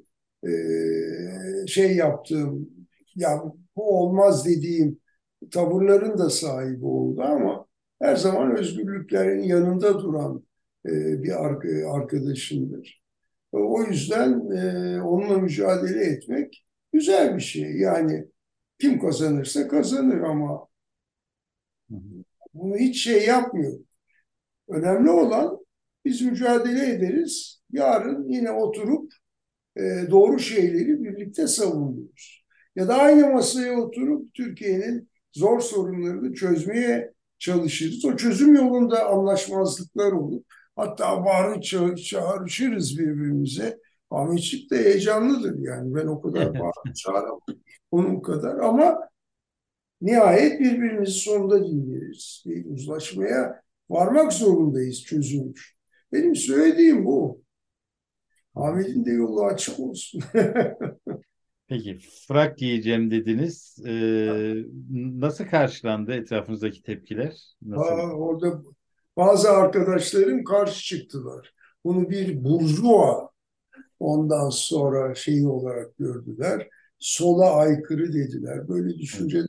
şey yaptığım, ya bu olmaz dediğim tavırların da sahibi oldu ama her zaman özgürlüklerin yanında duran bir arkadaşımdır. O yüzden onunla mücadele etmek güzel bir şey. Yani kim kazanırsa kazanır ama Hı hı. bunu hiç şey yapmıyor. Önemli olan biz mücadele ederiz. Yarın yine oturup doğru şeyleri birlikte savunuyoruz. Ya da aynı masaya oturup Türkiye'nin zor sorunlarını çözmeye çalışırız. O çözüm yolunda anlaşmazlıklar olur. Hatta bağırıp çağrışırız birbirimize. Ahmetçik de heyecanlıdır yani. Ben o kadar bağırıp çağıramam onun kadar ama nihayet birbirimizi sonunda dinleriz. Bir uzlaşmaya varmak zorundayız çözüm için. Benim söylediğim bu. Ahmet'in de yolu açık olsun. Peki, frak giyeceğim dediniz. Nasıl karşılandı etrafınızdaki tepkiler? Nasıl? Orada bazı arkadaşlarım karşı çıktılar. Bunu bir burjuva ondan sonra şeyi olarak gördüler. Sola aykırı dediler. Böyle Evet. düşünceli olanlar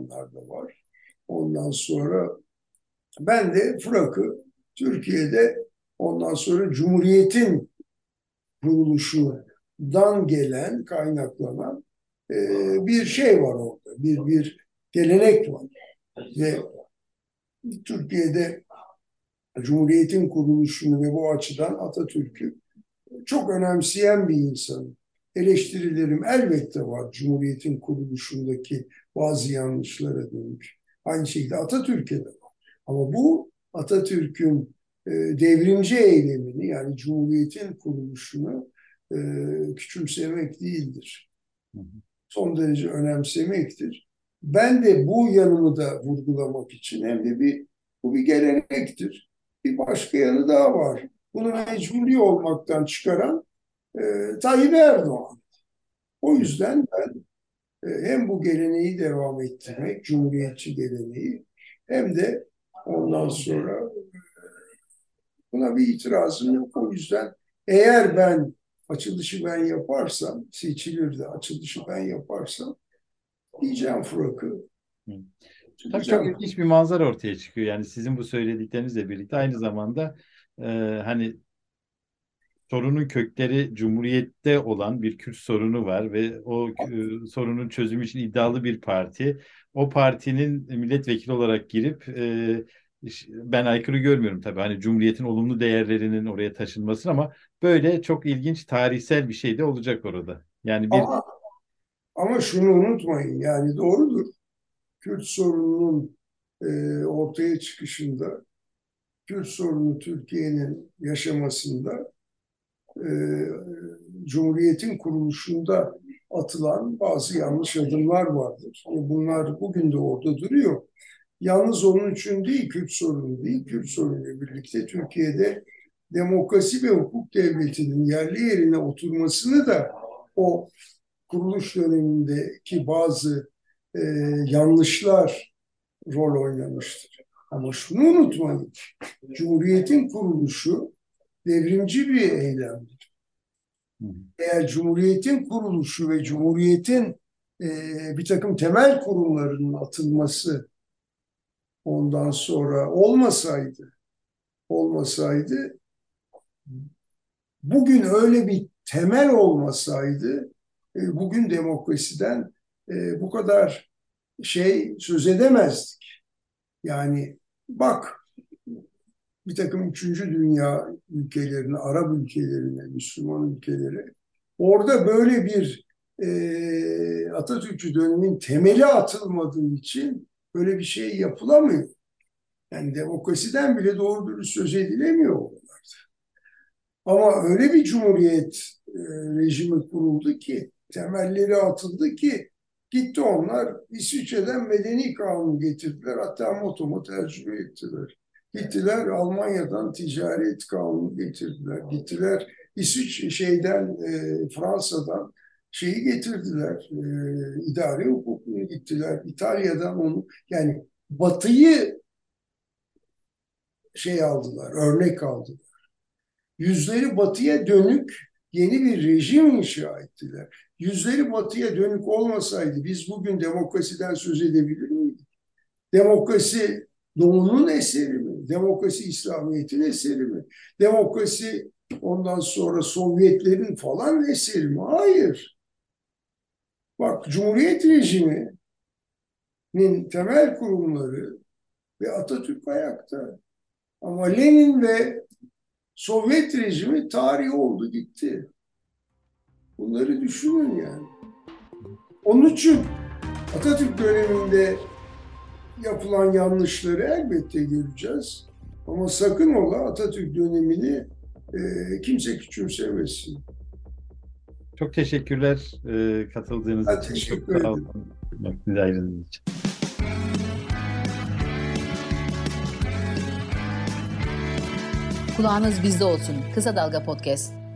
olanlar da var. Ondan sonra ben de Fırak'ı Türkiye'de ondan sonra Cumhuriyet'in kuruluşundan gelen, kaynaklanan bir şey var orada. Bir gelenek var. Ve Türkiye'de Cumhuriyet'in kuruluşunu ve bu açıdan Atatürk'ü çok önemseyen bir insanım. Eleştirilerim elbette var Cumhuriyet'in kuruluşundaki bazı yanlışlara dönük. Aynı şekilde Atatürk'e de var. Ama bu Atatürk'ün devrimci eylemini, yani Cumhuriyet'in kuruluşunu küçümsemek değildir. Son derece önemsemektir. Ben de bu yanımı da vurgulamak için hem de bu bir gelenektir. Bir başka yanı daha var. Bunu mecburi olmaktan çıkaran Tayyip Erdoğan. O yüzden ben hem bu geleneği devam ettirmek, cumhuriyetçi geleneği, hem de ondan sonra buna bir itirazım yok. O yüzden eğer açılışı ben yaparsam, seçilir de açılışı ben yaparsam, diyeceğim Fırak'ı. Tabii çok ilginç bir manzara ortaya çıkıyor. Yani sizin bu söylediklerinizle birlikte aynı zamanda hani sorunun kökleri Cumhuriyet'te olan bir Kürt sorunu var ve o sorunun çözümü için iddialı bir parti. O partinin milletvekili olarak girip ben aykırı görmüyorum tabii hani Cumhuriyet'in olumlu değerlerinin oraya taşınmasını, ama böyle çok ilginç tarihsel bir şey de olacak orada. Yani bir ama şunu unutmayın, yani doğrudur. Kürt sorununun ortaya çıkışında, Kürt sorunu Türkiye'nin yaşamasında, Cumhuriyet'in kuruluşunda atılan bazı yanlış adımlar vardır. Bunlar bugün de orada duruyor. Yalnız onun için değil, Kürt sorunu değil, Kürt sorunuyla birlikte Türkiye'de demokrasi ve hukuk devletinin yerli yerine oturmasını da o kuruluş dönemindeki bazı yanlışlar rol oynamıştır. Ama şunu unutmayın, Cumhuriyet'in kuruluşu devrimci bir eylemdir. Eğer Cumhuriyet'in kuruluşu ve Cumhuriyet'in bir takım temel kurumlarının atılması ondan sonra olmasaydı, bugün öyle bir temel olmasaydı, bugün demokrasiden bu kadar söz edemezdik. Yani bak, bir takım üçüncü dünya ülkelerine, Arap ülkelerine, Müslüman ülkelere, orada böyle bir Atatürkçü dönemin temeli atılmadığı için böyle bir şey yapılamıyor. Yani demokrasiden bile doğru dürüst söz edilemiyor oralarda. Ama öyle bir cumhuriyet rejimi kuruldu ki, temelleri atıldı ki, gitti onlar İsviçre'den medeni kanun getirdiler. Hatta motomu tercüme ettiler. Gittiler Almanya'dan ticaret kanunu getirdiler. Gittiler Fransa'dan getirdiler. İdari hukukunu gittiler. İtalya'dan onu, yani Batı'yı aldılar, örnek aldılar. Yüzleri Batı'ya dönük yeni bir rejim inşa ettiler. Yüzleri Batı'ya dönük olmasaydı biz bugün demokrasiden söz edebilir miydik? Demokrasi Doğu'nun eseri mi? Demokrasi İslamiyet'in eseri mi? Demokrasi ondan sonra Sovyetlerin falan eseri mi? Hayır. Bak, Cumhuriyet rejiminin temel kurumları ve Atatürk ayakta. Ama Lenin ve Sovyet rejimi tarihi oldu, gitti. Bunları düşünün yani. Onun için Atatürk döneminde yapılan yanlışları elbette göreceğiz. Ama sakın ola Atatürk dönemini kimse küçümsemesin. çok teşekkürler katıldığınız için. Teşekkür Çok sağ ederim. olun. Ayrıldığınız için. Kulağınız bizde olsun. Kısa Dalga Podcast.